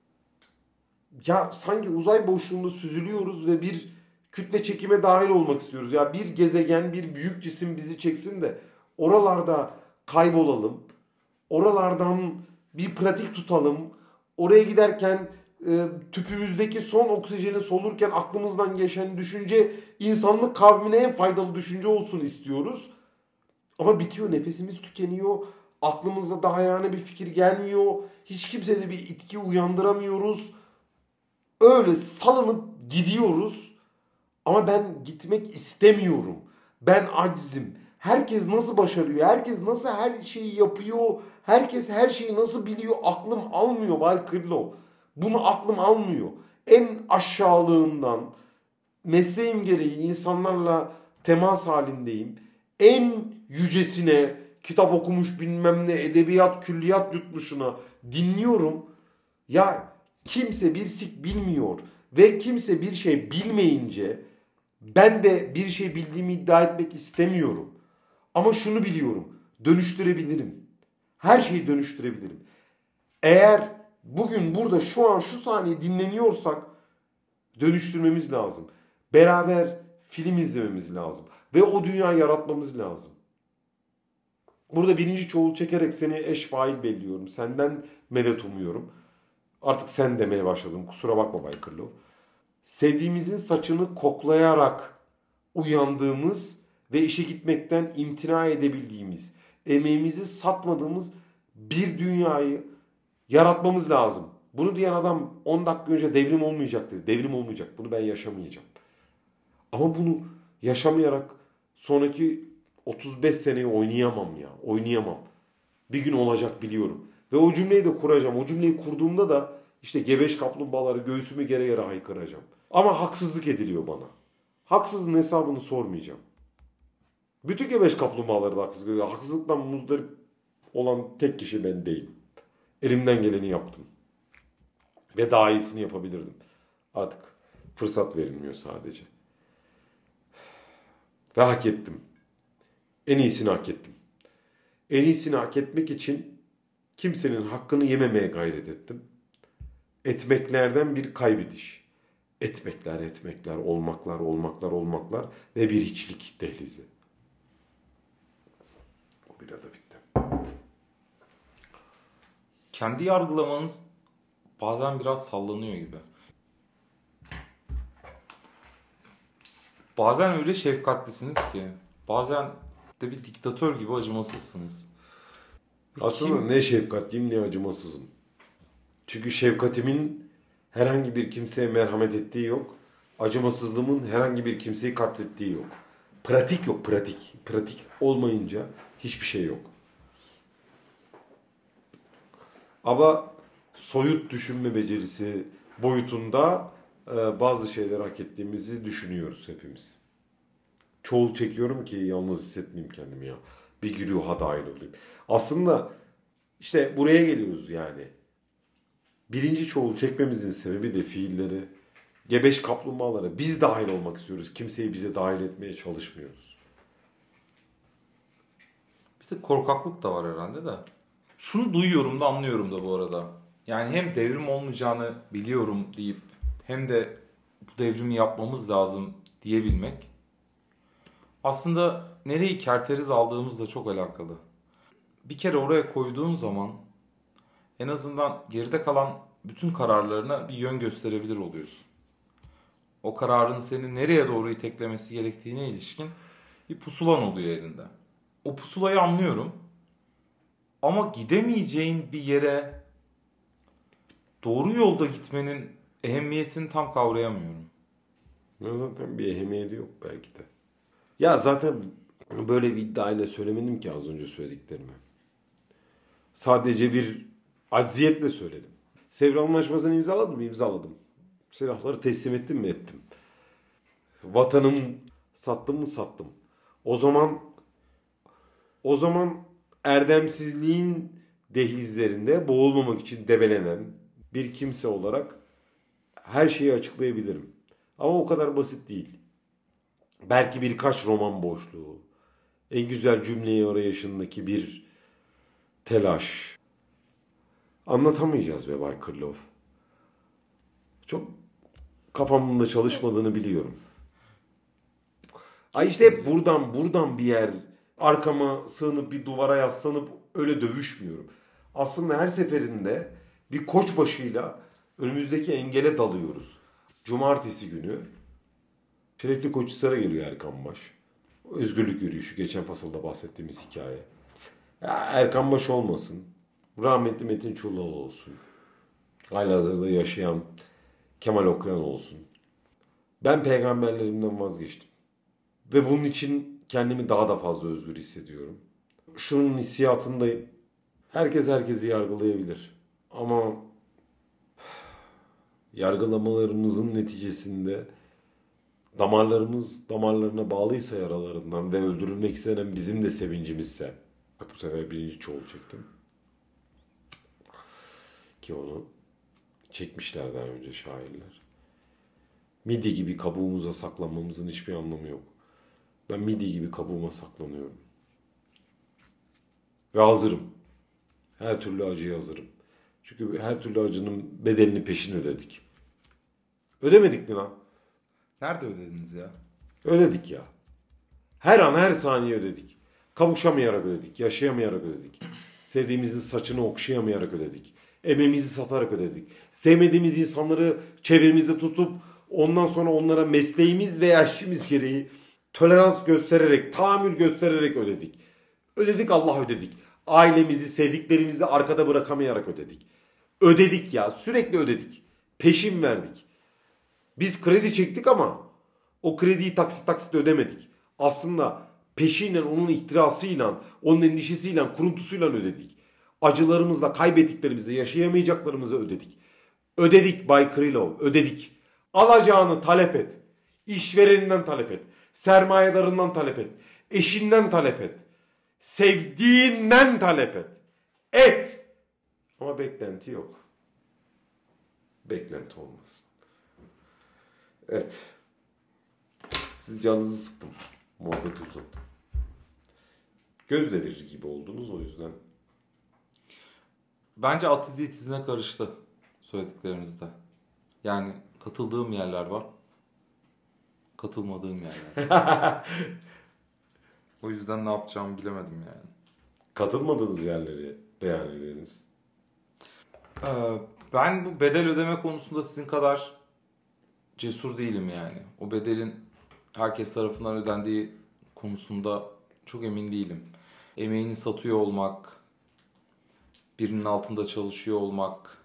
ya sanki uzay boşluğunda süzülüyoruz ve bir kütle çekime dahil olmak istiyoruz. Ya bir gezegen, bir büyük cisim bizi çeksin de oralarda kaybolalım. Oralardan bir pratik tutalım. Oraya giderken tüpümüzdeki son oksijeni solurken aklımızdan geçen düşünce insanlık kavmine en faydalı düşünce olsun istiyoruz. Ama bitiyor, nefesimiz tükeniyor. Aklımıza daha yani bir fikir gelmiyor. Hiç kimsede bir itki uyandıramıyoruz. Öyle salınıp gidiyoruz. Ama ben gitmek istemiyorum. Ben acizim. Herkes nasıl başarıyor? Herkes nasıl her şeyi yapıyor? Herkes her şeyi nasıl biliyor? Aklım almıyor Bay Krylov. Bunu aklım almıyor. En aşağılığından mesleğim gereği insanlarla temas halindeyim. En yücesine kitap okumuş bilmem ne edebiyat külliyat yutmuşuna dinliyorum. Ya kimse bir sik bilmiyor ve kimse bir şey bilmeyince ben de bir şey bildiğimi iddia etmek istemiyorum. Ama şunu biliyorum. Dönüştürebilirim. Her şeyi dönüştürebilirim. Eğer bugün burada şu an şu saniye dinleniyorsak dönüştürmemiz lazım. Beraber film izlememiz lazım. Ve o dünyayı yaratmamız lazım. Burada birinci çoğul çekerek seni eş fail belliyorum. Senden medet umuyorum. Artık sen demeye başladım. Kusura bakma Bay Krylov. Sevdiğimizin saçını koklayarak uyandığımız ve işe gitmekten imtina edebildiğimiz, emeğimizi satmadığımız bir dünyayı yaratmamız lazım. Bunu diyen adam 10 dakika önce devrim olmayacak dedi. Devrim olmayacak. Bunu ben yaşamayacağım. Ama bunu yaşamayarak sonraki 35 seneyi oynayamam ya. Oynayamam. Bir gün olacak biliyorum. Ve o cümleyi de kuracağım. O cümleyi kurduğumda da işte gebeş kaplumbağaları göğsümü gere gere haykıracağım. Ama haksızlık ediliyor bana. Haksızlığın hesabını sormayacağım. Bütün gebeş kaplumbağaları da haksızlık ediyor. Haksızlıktan muzdarip olan tek kişi ben değilim. Elimden geleni yaptım. Ve daha iyisini yapabilirdim. Artık fırsat verilmiyor sadece. Ve hak ettim. En iyisini hak ettim. En iyisini hak etmek için kimsenin hakkını yememeye gayret ettim. Etmeklerden bir kaybediş. Etmekler, olmaklar ve bir hiçlik dehlizi. O bir da bitti. Kendi yargılamanız bazen biraz sallanıyor gibi. Bazen öyle şefkatlisiniz ki, bazen de bir diktatör gibi acımasızsınız. Aslında ne şefkatliyim ne acımasızım. Çünkü şefkatimin herhangi bir kimseye merhamet ettiği yok. Acımasızlığımın herhangi bir kimseyi katlettiği yok. Pratik yok, pratik. Pratik olmayınca hiçbir şey yok. Ama soyut düşünme becerisi boyutunda bazı şeyler hak ettiğimizi düşünüyoruz hepimiz. Çoğul çekiyorum ki yalnız hissetmeyeyim kendimi ya. Bir güruha dahil olayım. Aslında işte buraya geliyoruz yani. Birinci çoğul çekmemizin sebebi de fiilleri, gebeş kaplumbağalara biz dahil olmak istiyoruz. Kimseyi bize dahil etmeye çalışmıyoruz. Bir tık korkaklık da var herhalde de. Şunu duyuyorum da anlıyorum da bu arada. Yani hem devrim olmayacağını biliyorum deyip hem de bu devrimi yapmamız lazım diyebilmek aslında nereyi kerteriz aldığımızla çok alakalı. Bir kere oraya koyduğun zaman en azından geride kalan bütün kararlarına bir yön gösterebilir oluyorsun. O kararın seni nereye doğru iteklemesi gerektiğine ilişkin bir pusulan oluyor elinde. O pusulayı anlıyorum. Ama gidemeyeceğin bir yere doğru yolda gitmenin ehemmiyetini tam kavrayamıyorum. Ya zaten bir ehemmiyeti yok belki de. Ya zaten böyle bir iddiayla söylemedim ki az önce söylediklerimi. Sadece bir acziyetle söyledim. Sevr Anlaşması'nı imzaladım mı? İmzaladım. Silahları teslim ettim mi? Ettim. Vatanım sattım mı? Sattım. O zaman erdemsizliğin dehlizlerinde boğulmamak için debelenen bir kimse olarak her şeyi açıklayabilirim. Ama o kadar basit değil. Belki birkaç roman boşluğu, en güzel cümleyi arayışındaki bir telaş, Anlatamayacağız be Bay Krylov. Çok kafamın da çalışmadığını biliyorum. Ay işte hep buradan bir yer, arkama sığınıp bir duvara yaslanıp öyle dövüşmüyorum. Aslında her seferinde bir koçbaşıyla önümüzdeki engele dalıyoruz. Cumartesi günü Şerefli Koçhisar'a geliyor Erkan Baş. Özgürlük yürüyüşü, geçen fasılda bahsettiğimiz hikaye. Ya Erkan Baş olmasın, rahmetli Metin Çullal olsun, halihazırda yaşayan Kemal Okuyan olsun. Ben peygamberlerimden vazgeçtim. Ve bunun için kendimi daha da fazla özgür hissediyorum. Şunun hissiyatındayım. Herkes herkesi yargılayabilir. Ama yargılamalarımızın neticesinde damarlarımız damarlarına bağlıysa yaralarından ve öldürülmek istenen bizim de sevincimizse, bak bu sefer birinci çoğul çektim. Ki onu çekmişler daha önce şairler. Midye gibi kabuğumuza saklanmamızın hiçbir anlamı yok. Ben midye gibi kabuğuma saklanıyorum. Ve hazırım. Her türlü acıya hazırım. Çünkü her türlü acının bedelini peşin ödedik. Ödemedik mi lan? Nerede ödediniz ya? Ödedik ya. Her an her saniye ödedik. Kavuşamayarak ödedik. Yaşayamayarak ödedik. Sevdiğimizin saçını okşayamayarak ödedik. Emeğimizi satarak ödedik. Sevmediğimiz insanları çevremizde tutup ondan sonra onlara mesleğimiz veya işimiz gereği tolerans göstererek, tahammül göstererek ödedik. Ödedik, Allah ödedik. Ailemizi, sevdiklerimizi arkada bırakamayarak ödedik. Ödedik ya, sürekli ödedik. Peşin verdik. Biz kredi çektik ama o krediyi taksit taksit ödemedik. Aslında peşinle, onun ihtirasıyla, onun endişesiyle, kuruntusuyla ödedik. Acılarımızla, kaybettiklerimizle, yaşayamayacaklarımızı ödedik. Ödedik Bay Krylov, ödedik. Alacağını talep et. İşvereninden talep et. Sermayedarından talep et. Eşinden talep et. Sevdiğinden talep et. Et. Ama beklenti yok. Beklenti olmasın. Evet. Siz canınızı sıktım. Muhabbeti uzattım. Göz devirir gibi oldunuz o yüzden. Bence at izi it izine karıştı söylediklerinizde. Yani katıldığım yerler var. Katılmadığım yerler. O yüzden ne yapacağımı bilemedim yani. Katılmadığınız yerleri beyan ediniz. Ben bu bedel ödeme konusunda sizin kadar cesur değilim yani. O bedelin herkes tarafından ödendiği konusunda çok emin değilim. Emeğini satıyor olmak, birinin altında çalışıyor olmak,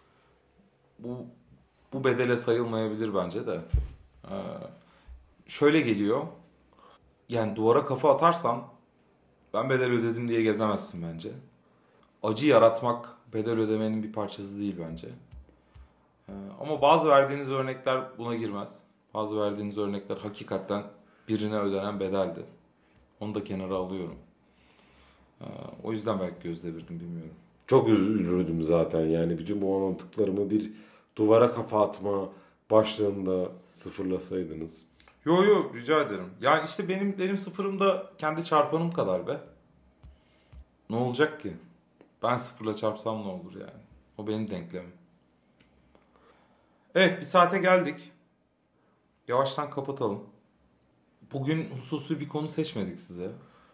bu bedele sayılmayabilir bence de. Şöyle geliyor. Yani duvara kafa atarsan ben bedel ödedim diye gezemezsin bence. Acı yaratmak bedel ödemenin bir parçası değil bence. Ama bazı verdiğiniz örnekler buna girmez. Bazı verdiğiniz örnekler hakikaten birine ödenen bedeldi. Onu da kenara alıyorum. O yüzden belki göz devirdim, bilmiyorum. Çok üzülürdüm zaten yani bütün bu anlattıklarımı bir duvara kafa atma başlığında sıfırlasaydınız. Yo rica ederim. Yani işte benim sıfırım da kendi çarpanım kadar be. Ne olacak ki? Ben sıfırla çarpsam ne olur yani? O benim denklemim. Evet, bir saate geldik. Yavaştan kapatalım. Bugün hususi bir konu seçmedik size.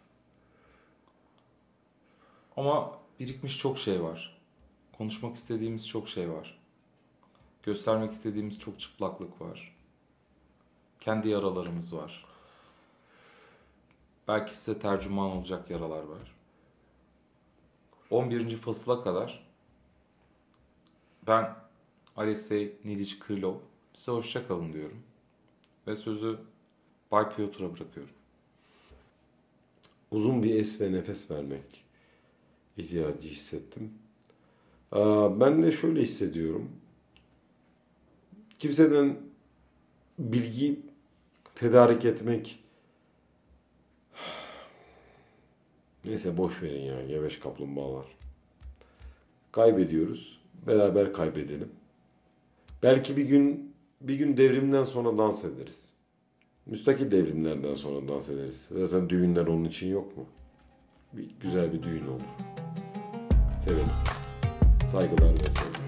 Ama birikmiş çok şey var. Konuşmak istediğimiz çok şey var. Göstermek istediğimiz çok çıplaklık var. Kendi yaralarımız var. Belki size tercüman olacak yaralar var. 11. fasıla kadar ben Alexey Niliç Krylov size hoşça kalın diyorum. Ve sözü Bay Piotr'a bırakıyorum. Uzun bir es ve nefes vermek ihtiyacı hissettim. Ben de şöyle hissediyorum. Kimseden bilgi tedarik etmek, neyse boş verin ya, geveş kaplumbağalar. Kaybediyoruz. Beraber kaybedelim. Belki bir gün devrimden sonra dans ederiz. Müstakil devrimlerden sonra dans ederiz. Zaten düğünler onun için yok mu? Güzel bir düğün olur. Sevelim. Saygılar ve sevgiler.